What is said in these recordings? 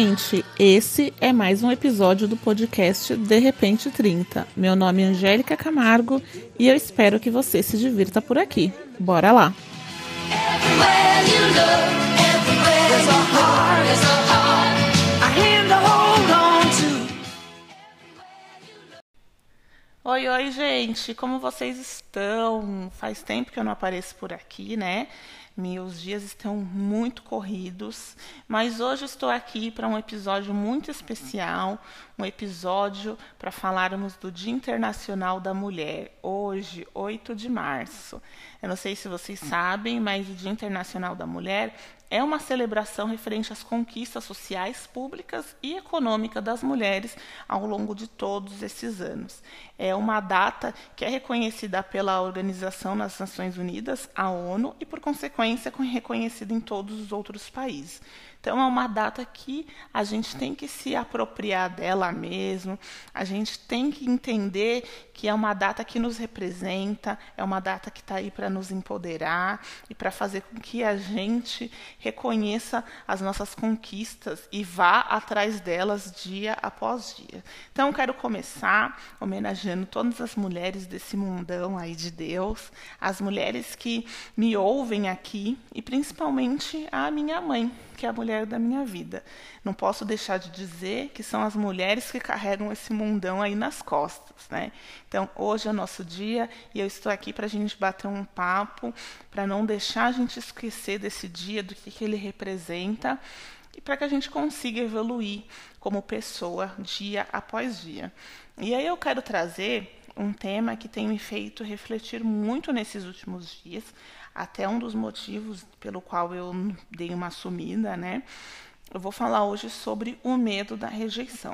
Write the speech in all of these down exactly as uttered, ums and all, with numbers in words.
gente, esse é mais um episódio do podcast De Repente trinta. Meu nome é Angélica Camargo e eu espero que você se divirta por aqui. Bora lá! Oi, oi, gente! Como vocês estão? Faz tempo que eu não apareço por aqui, né? Meus dias estão muito corridos, mas hoje estou aqui para um episódio muito especial, um episódio para falarmos do Dia Internacional da Mulher, hoje, oito de março. Eu não sei se vocês sabem, mas o Dia Internacional da Mulher é uma celebração referente às conquistas sociais, públicas e econômicas das mulheres ao longo de todos esses anos. É uma data que é reconhecida pela Organização das Nações Unidas, a ONU, e por consequência reconhecida em todos os outros países. Então é uma data que a gente tem que se apropriar dela mesmo, a gente tem que entender que é uma data que nos representa, é uma data que está aí para nos empoderar e para fazer com que a gente reconheça as nossas conquistas e vá atrás delas dia após dia. Então eu quero começar homenageando todas as mulheres desse mundão aí de Deus, as mulheres que me ouvem aqui e principalmente a minha mãe, que é a mulher da minha vida. Não posso deixar de dizer que são as mulheres que carregam esse mundão aí nas costas, né? Então, hoje é nosso dia e eu estou aqui para a gente bater um papo, para não deixar a gente esquecer desse dia, do que, que ele representa e para que a gente consiga evoluir como pessoa dia após dia. E aí eu quero trazer um tema que tem me feito refletir muito nesses últimos dias, até um dos motivos pelo qual eu dei uma sumida, né? Eu vou falar hoje sobre o medo da rejeição.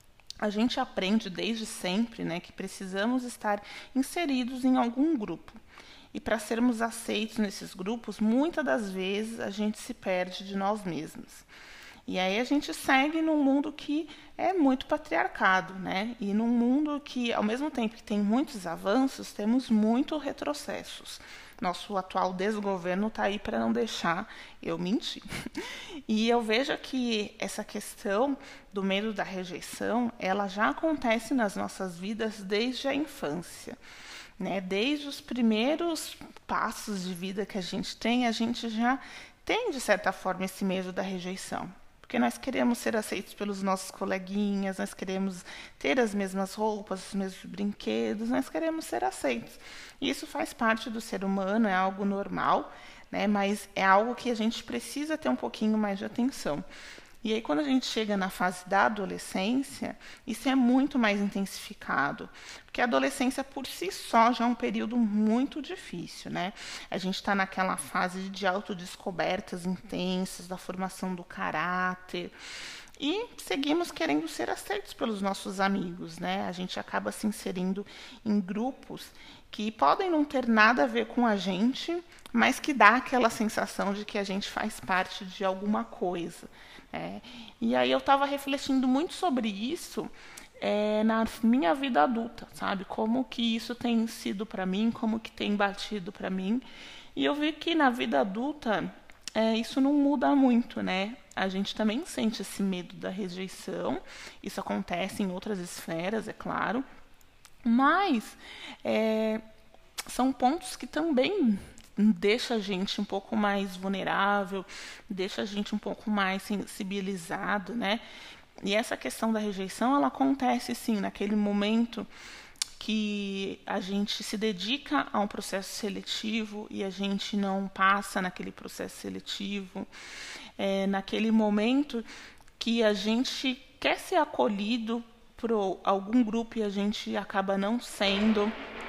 A gente aprende desde sempre, né, que precisamos estar inseridos em algum grupo. E para sermos aceitos nesses grupos, muitas das vezes a gente se perde de nós mesmos. E aí a gente segue num mundo que é muito patriarcado, né? E num mundo que, ao mesmo tempo que tem muitos avanços, temos muitos retrocessos. Nosso atual desgoverno está aí para não deixar eu mentir. E eu vejo que essa questão do medo da rejeição, ela já acontece nas nossas vidas desde a infância. Né? Desde os primeiros passos de vida que a gente tem, a gente já tem, de certa forma, esse medo da rejeição. Porque nós queremos ser aceitos pelos nossos coleguinhas, nós queremos ter as mesmas roupas, os mesmos brinquedos, nós queremos ser aceitos. E isso faz parte do ser humano, é algo normal, né? Mas é algo que a gente precisa ter um pouquinho mais de atenção. E aí, quando a gente chega na fase da adolescência, isso é muito mais intensificado. Porque a adolescência, por si só, já é um período muito difícil, né? A gente está naquela fase de autodescobertas intensas, da formação do caráter. E seguimos querendo ser aceitos pelos nossos amigos, né? A gente acaba se inserindo em grupos que podem não ter nada a ver com a gente, mas que dá aquela sensação de que a gente faz parte de alguma coisa. É, e aí eu estava refletindo muito sobre isso é, na minha vida adulta, sabe? Como que isso tem sido para mim, como que tem batido para mim. E eu vi que na vida adulta é, isso não muda muito, né? A gente também sente esse medo da rejeição. Isso acontece em outras esferas, é claro. Mas é, são pontos que também deixa a gente um pouco mais vulnerável, deixa a gente um pouco mais sensibilizado, né? E essa questão da rejeição, ela acontece, sim, naquele momento que a gente se dedica a um processo seletivo e a gente não passa naquele processo seletivo, é, naquele momento que a gente quer ser acolhido por algum grupo e a gente acaba não sendo.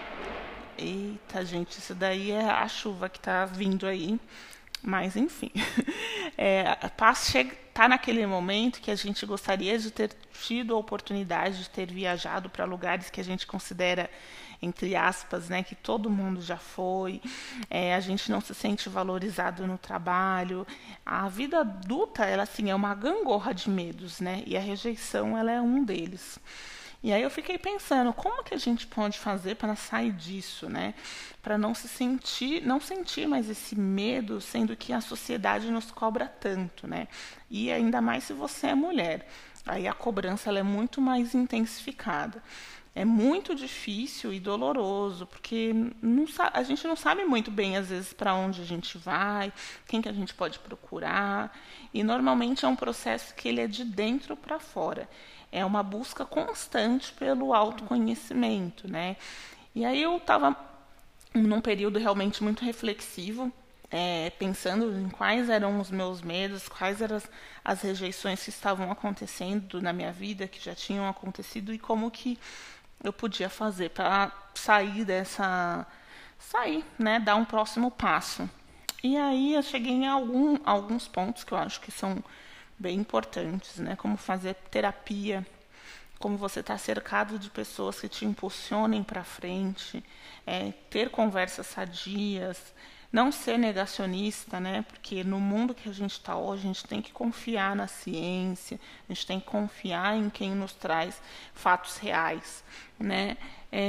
Eita, gente, isso daí é a chuva que está vindo aí. Mas, enfim. É, está naquele momento que a gente gostaria de ter tido a oportunidade de ter viajado para lugares que a gente considera, entre aspas, né, que todo mundo já foi. É, a gente não se sente valorizado no trabalho. A vida adulta, ela assim, é uma gangorra de medos, né? E a rejeição, ela é um deles. E aí eu fiquei pensando, como que a gente pode fazer para sair disso, né? Para não se sentir, não sentir mais esse medo, sendo que a sociedade nos cobra tanto, né? E ainda mais se você é mulher. Aí a cobrança ela é muito mais intensificada. É muito difícil e doloroso, porque não, a gente não sabe muito bem, às vezes, para onde a gente vai, quem que a gente pode procurar. E normalmente é um processo que ele é de dentro para fora. É uma busca constante pelo autoconhecimento, né? E aí eu estava num período realmente muito reflexivo, é, pensando em quais eram os meus medos, quais eram as, as rejeições que estavam acontecendo na minha vida, que já tinham acontecido, e como que eu podia fazer para sair dessa... sair, né? Dar um próximo passo. E aí eu cheguei em algum, alguns pontos que eu acho que são bem importantes, né? Como fazer terapia, como você estar cercado de pessoas que te impulsionem para frente, é, ter conversas sadias, não ser negacionista, né? Porque no mundo que a gente está hoje, a gente tem que confiar na ciência, a gente tem que confiar em quem nos traz fatos reais, né?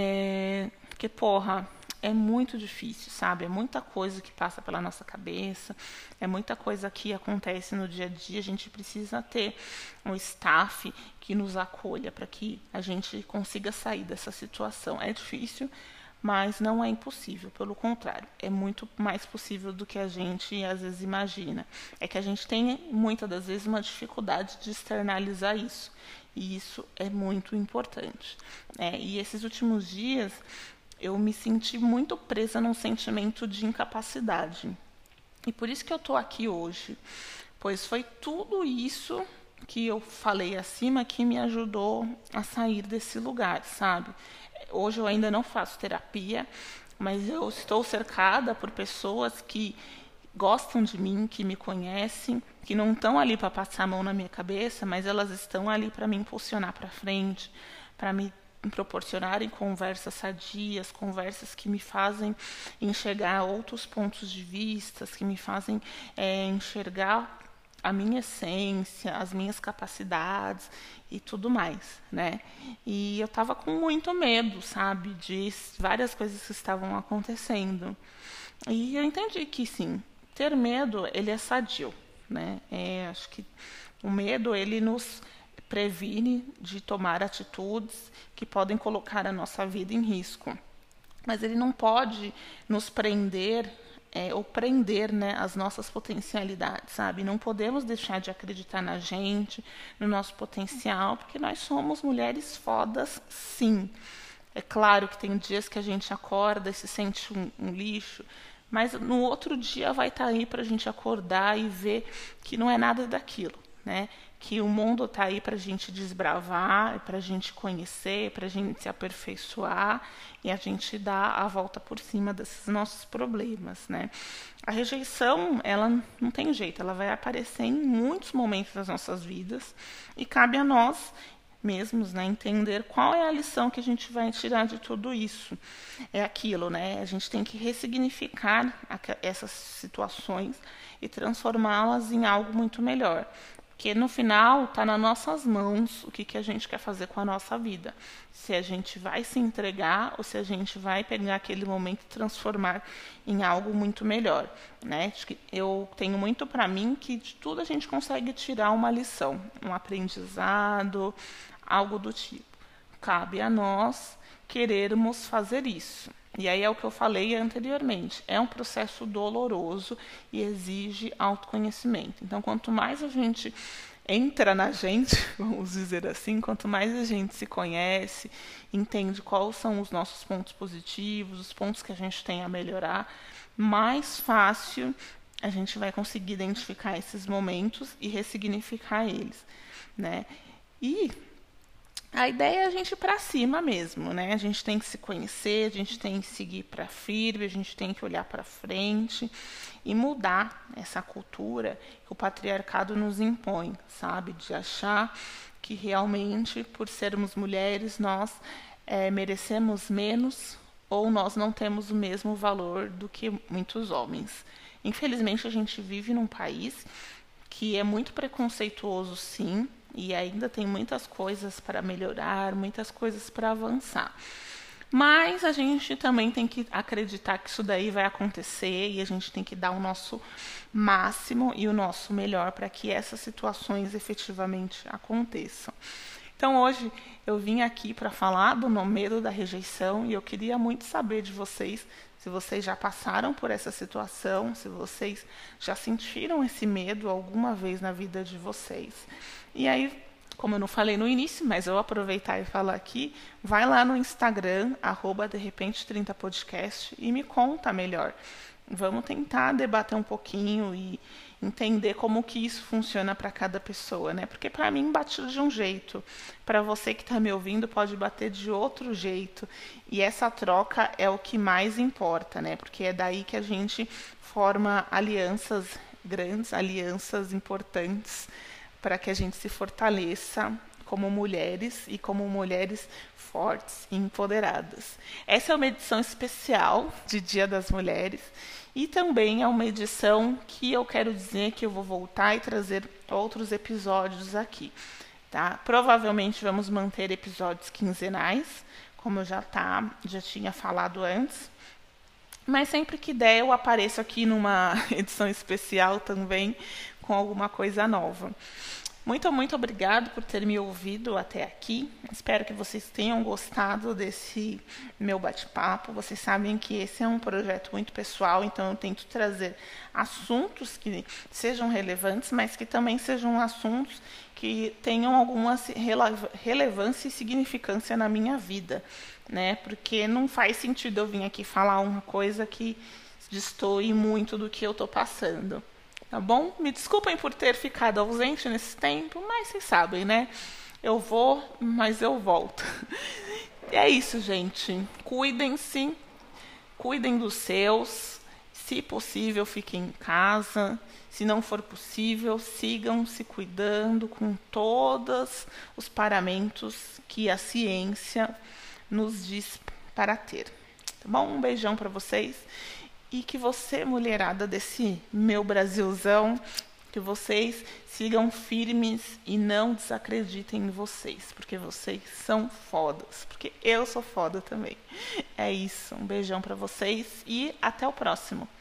É, porque, porra, é muito difícil, sabe? É muita coisa que passa pela nossa cabeça, é muita coisa que acontece no dia a dia. A gente precisa ter um staff que nos acolha para que a gente consiga sair dessa situação. É difícil, mas não é impossível, pelo contrário, é muito mais possível do que a gente às vezes imagina. É que a gente tem muitas das vezes uma dificuldade de externalizar isso, e isso é muito importante. É, e esses últimos dias eu me senti muito presa num sentimento de incapacidade. E por isso que eu estou aqui hoje, pois foi tudo isso que eu falei acima que me ajudou a sair desse lugar, sabe? Hoje eu ainda não faço terapia, mas eu estou cercada por pessoas que gostam de mim, que me conhecem, que não estão ali para passar a mão na minha cabeça, mas elas estão ali para me impulsionar para frente, para me proporcionarem conversas sadias, conversas que me fazem enxergar outros pontos de vista, que me fazem é, enxergar a minha essência, as minhas capacidades e tudo mais, né? E eu estava com muito medo, sabe, de várias coisas que estavam acontecendo. E eu entendi que, sim, ter medo, ele é sadio, né? É, acho que o medo, ele nos previne de tomar atitudes que podem colocar a nossa vida em risco. Mas ele não pode nos prender é, ou prender, né, as nossas potencialidades, sabe? Não podemos deixar de acreditar na gente, no nosso potencial, porque nós somos mulheres fodas, sim. É claro que tem dias que a gente acorda e se sente um, um lixo, mas no outro dia vai estar aí para a gente acordar e ver que não é nada daquilo, né? Que o mundo está aí para a gente desbravar, para a gente conhecer, para a gente se aperfeiçoar e a gente dar a volta por cima desses nossos problemas, né? A rejeição, ela não tem jeito, ela vai aparecer em muitos momentos das nossas vidas e cabe a nós mesmos, né, entender qual é a lição que a gente vai tirar de tudo isso. É aquilo, né? A gente tem que ressignificar essas situações e transformá-las em algo muito melhor. Porque no final está nas nossas mãos o que, que a gente quer fazer com a nossa vida. Se a gente vai se entregar ou se a gente vai pegar aquele momento e transformar em algo muito melhor, né? Eu tenho muito para mim que de tudo a gente consegue tirar uma lição, um aprendizado, algo do tipo. Cabe a nós querermos fazer isso. E aí é o que eu falei anteriormente. É um processo doloroso e exige autoconhecimento. Então, quanto mais a gente entra na gente, vamos dizer assim, quanto mais a gente se conhece, entende quais são os nossos pontos positivos, os pontos que a gente tem a melhorar, mais fácil a gente vai conseguir identificar esses momentos e ressignificar eles, né? E a ideia é a gente ir para cima mesmo, né? A gente tem que se conhecer, a gente tem que seguir para firme, a gente tem que olhar para frente e mudar essa cultura que o patriarcado nos impõe, sabe? De achar que realmente, por sermos mulheres, nós é, merecemos menos ou nós não temos o mesmo valor do que muitos homens. Infelizmente, a gente vive num país que é muito preconceituoso, sim, e ainda tem muitas coisas para melhorar, muitas coisas para avançar. Mas a gente também tem que acreditar que isso daí vai acontecer e a gente tem que dar o nosso máximo e o nosso melhor para que essas situações efetivamente aconteçam. Então hoje eu vim aqui para falar do medo da rejeição e eu queria muito saber de vocês se vocês já passaram por essa situação, se vocês já sentiram esse medo alguma vez na vida de vocês. E aí, como eu não falei no início, mas eu vou aproveitar e falar aqui, vai lá no Instagram, arroba de repente trinta podcast e me conta melhor. Vamos tentar debater um pouquinho e entender como que isso funciona para cada pessoa, né? Porque para mim bate de um jeito, para você que está me ouvindo pode bater de outro jeito. E essa troca é o que mais importa, né? Porque é daí que a gente forma alianças grandes, alianças importantes, para que a gente se fortaleça como mulheres e como mulheres fortes e empoderadas. Essa é uma edição especial de Dia das Mulheres e também é uma edição que eu quero dizer que eu vou voltar e trazer outros episódios aqui. Tá? Provavelmente vamos manter episódios quinzenais, como eu já, tá, já tinha falado antes. Mas sempre que der eu apareço aqui numa edição especial também com alguma coisa nova. Muito, muito obrigado por ter me ouvido até aqui. Espero que vocês tenham gostado desse meu bate-papo. Vocês sabem que esse é um projeto muito pessoal, então eu tento trazer assuntos que sejam relevantes, mas que também sejam assuntos que tenham alguma relevância e significância na minha vida, né? Porque não faz sentido eu vir aqui falar uma coisa que destoe muito do que eu estou passando. Tá bom? Me desculpem por ter ficado ausente nesse tempo, mas vocês sabem, né? Eu vou, mas eu volto. E é isso, gente. Cuidem-se, cuidem dos seus. Se possível, fiquem em casa. Se não for possível, sigam se cuidando com todos os paramentos que a ciência nos diz para ter. Tá bom? Um beijão para vocês. E que você, mulherada desse meu Brasilzão, que vocês sigam firmes e não desacreditem em vocês, porque vocês são fodas, porque eu sou foda também. É isso, um beijão pra vocês e até o próximo.